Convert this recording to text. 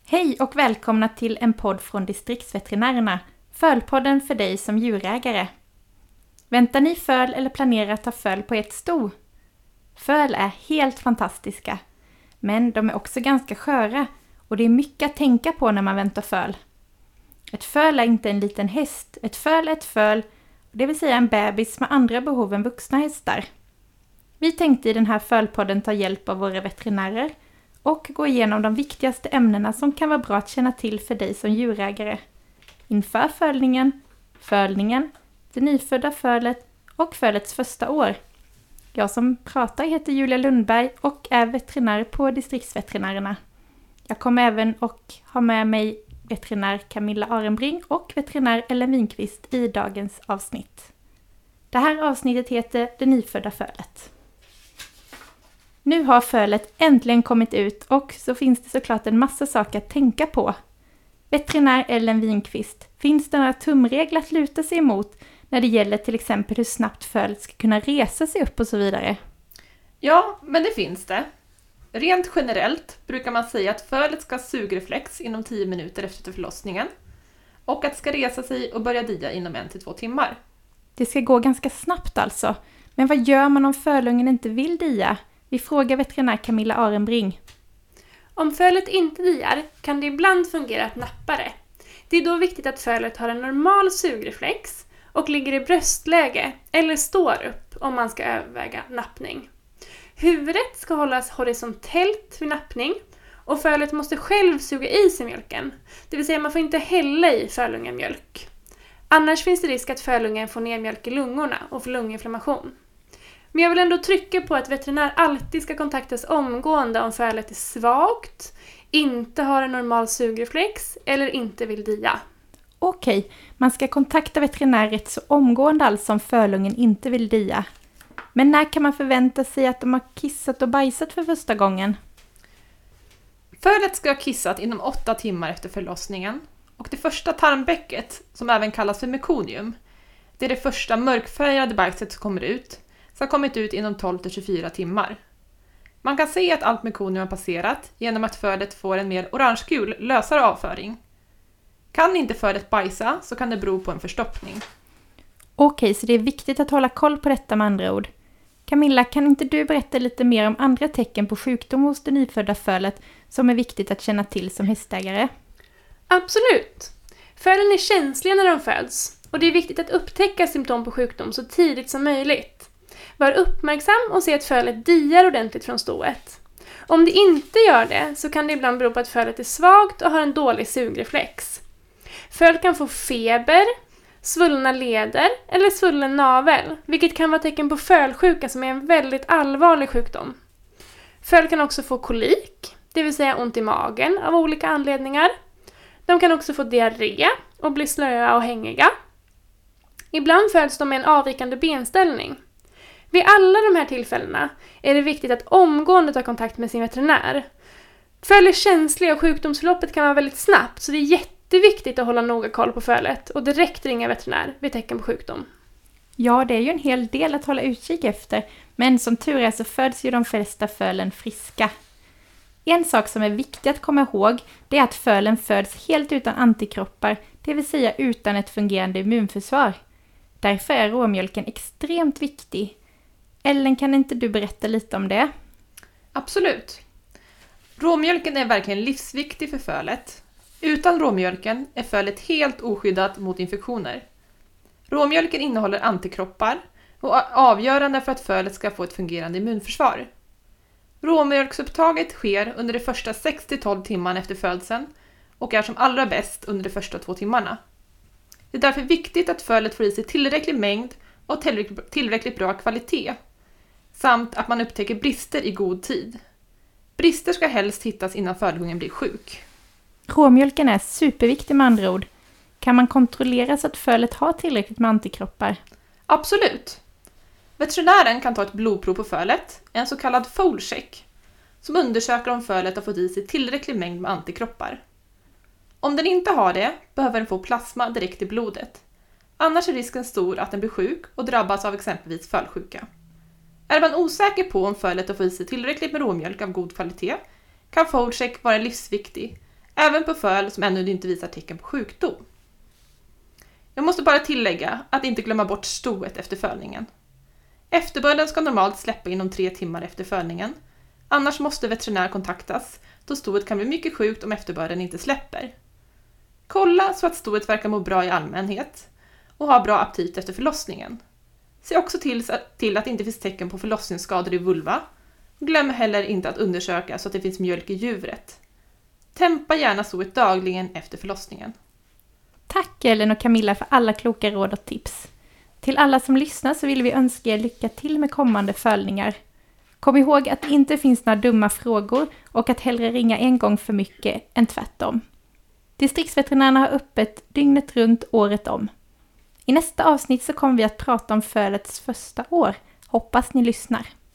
Hej och välkomna till en podd från distriktsveterinärerna, fölpodden för dig som djurägare. Väntar ni föl eller planerar att ta föl på ett sto? Föl är helt fantastiska, men de är också ganska sköra och det är mycket att tänka på när man väntar föl. Ett föl är inte en liten häst, ett föl är ett föl, det vill säga en bebis med andra behov än vuxna hästar. Vi tänkte i den här fölpodden ta hjälp av våra veterinärer och gå igenom de viktigaste ämnena som kan vara bra att känna till för dig som djurägare. Inför fölningen, det nyfödda fölet och fölets första år. Jag som pratar heter Julia Lundberg och är veterinär på distriktsveterinärerna. Jag kommer även och ha med mig veterinär Camilla Arenbring och veterinär Ellen Winqvist i dagens avsnitt. Det här avsnittet heter Det nyfödda fölet. Nu har fölet äntligen kommit ut och så finns det såklart en massa saker att tänka på. Veterinär Ellen Winqvist, finns det några tumregler att luta sig emot när det gäller till exempel hur snabbt fölet ska kunna resa sig upp och så vidare? Ja, men det finns det. Rent generellt brukar man säga att fölet ska ha sugreflex inom 10 minuter efter förlossningen och att det ska resa sig och börja dia inom 1-2 timmar. Det ska gå ganska snabbt alltså. Men vad gör man om fölungen inte vill dia? Vi frågar veterinär Camilla Arenbring. Om fölet inte diar kan det ibland fungera att nappa det. Det är då viktigt att fölet har en normal sugreflex och ligger i bröstläge eller står upp om man ska överväga nappning. Huvudet ska hållas horisontellt vid nappning och fölet måste själv suga i sig mjölken. Det vill säga man får inte hälla i fölungen mjölk. Annars finns det risk att fölungen får ner mjölk i lungorna och får lunginflammation. Men jag vill ändå trycka på att veterinär alltid ska kontaktas omgående om fölet är svagt, inte har en normal sugreflex eller inte vill dia. Okej, man ska kontakta veterinär rätt så omgående alltså om fölungen inte vill dia. Men när kan man förvänta sig att de har kissat och bajsat för första gången? Fölet ska ha kissat inom 8 timmar efter förlossningen och det första tarmbäcket, som även kallas för mekonium, det är det första mörkfärgade bajset som kommer ut, ska ha kommit ut inom 12-24 timmar. Man kan se att allt mekonium har passerat genom att fölet får en mer orangegul, lösare avföring. Kan inte fölet bajsa så kan det bero på en förstoppning. Okej, så det är viktigt att hålla koll på detta med andra ord. Camilla, kan inte du berätta lite mer om andra tecken på sjukdom hos det nyfödda fölet som är viktigt att känna till som hästägare? Absolut! Fölen är känsliga när de föds och det är viktigt att upptäcka symptom på sjukdom så tidigt som möjligt. Var uppmärksam och se att fölet diar ordentligt från stoet. Om det inte gör det så kan det ibland bero på att fölet är svagt och har en dålig sugreflex. Föl kan få feber, svullna leder eller svullen navel, vilket kan vara tecken på fölsjuka som är en väldigt allvarlig sjukdom. Föl kan också få kolik, det vill säga ont i magen av olika anledningar. De kan också få diarré och bli slöa och hängiga. Ibland föds de med en avvikande benställning. Vid alla de här tillfällena är det viktigt att omgående ta kontakt med sin veterinär. Föl är känsliga och sjukdomsförloppet kan vara väldigt snabbt så det är jätteviktigt att hålla noga koll på fölet och direkt ringa veterinär vid tecken på sjukdom. Ja, det är ju en hel del att hålla utkik efter, men som tur är så föds ju de flesta fölen friska. En sak som är viktig att komma ihåg det är att fölen föds helt utan antikroppar, det vill säga utan ett fungerande immunförsvar. Därför är råmjölken extremt viktig. Ellen, kan inte du berätta lite om det? Absolut. Råmjölken är verkligen livsviktig för fölet. Utan råmjölken är fölet helt oskyddat mot infektioner. Råmjölken innehåller antikroppar och är avgörande för att fölet ska få ett fungerande immunförsvar. Råmjölksupptaget sker under de första 6-12 timmarna efter födseln och är som allra bäst under de första 2 timmarna. Det är därför viktigt att fölet får i sig tillräcklig mängd och tillräckligt bra kvalitet, samt att man upptäcker brister i god tid. Brister ska helst hittas innan fölungen blir sjuk. Råmjölken är superviktig med andra ord. Kan man kontrollera så att fölet har tillräckligt med antikroppar? Absolut! Veterinären kan ta ett blodprov på fölet, en så kallad foal-check, som undersöker om fölet har fått i sig tillräcklig mängd med antikroppar. Om den inte har det behöver den få plasma direkt i blodet. Annars är risken stor att den blir sjuk och drabbas av exempelvis fölsjuka. Är man osäker på om fölet har fått i sig tillräckligt med råmjölk av god kvalitet kan foal-check vara livsviktig, även på föl som ännu inte visar tecken på sjukdom. Jag måste bara tillägga att inte glömma bort stoet efter fölningen. Efterbörden ska normalt släppa inom 3 timmar efter fölningen, annars måste veterinär kontaktas då stoet kan bli mycket sjukt om efterbörden inte släpper. Kolla så att stoet verkar må bra i allmänhet och ha bra aptit efter förlossningen. Se också till att det inte finns tecken på förlossningsskador i vulva. Glöm heller inte att undersöka så att det finns mjölk i djuret. Tempa gärna stoet dagligen efter förlossningen. Tack Ellen och Camilla för alla kloka råd och tips. Till alla som lyssnar så vill vi önska er lycka till med kommande fölningar. Kom ihåg att det inte finns några dumma frågor och att hellre ringa en gång för mycket än tvärtom. Distriktsveterinärerna har öppet dygnet runt året om. I nästa avsnitt så kommer vi att prata om fölets första år. Hoppas ni lyssnar.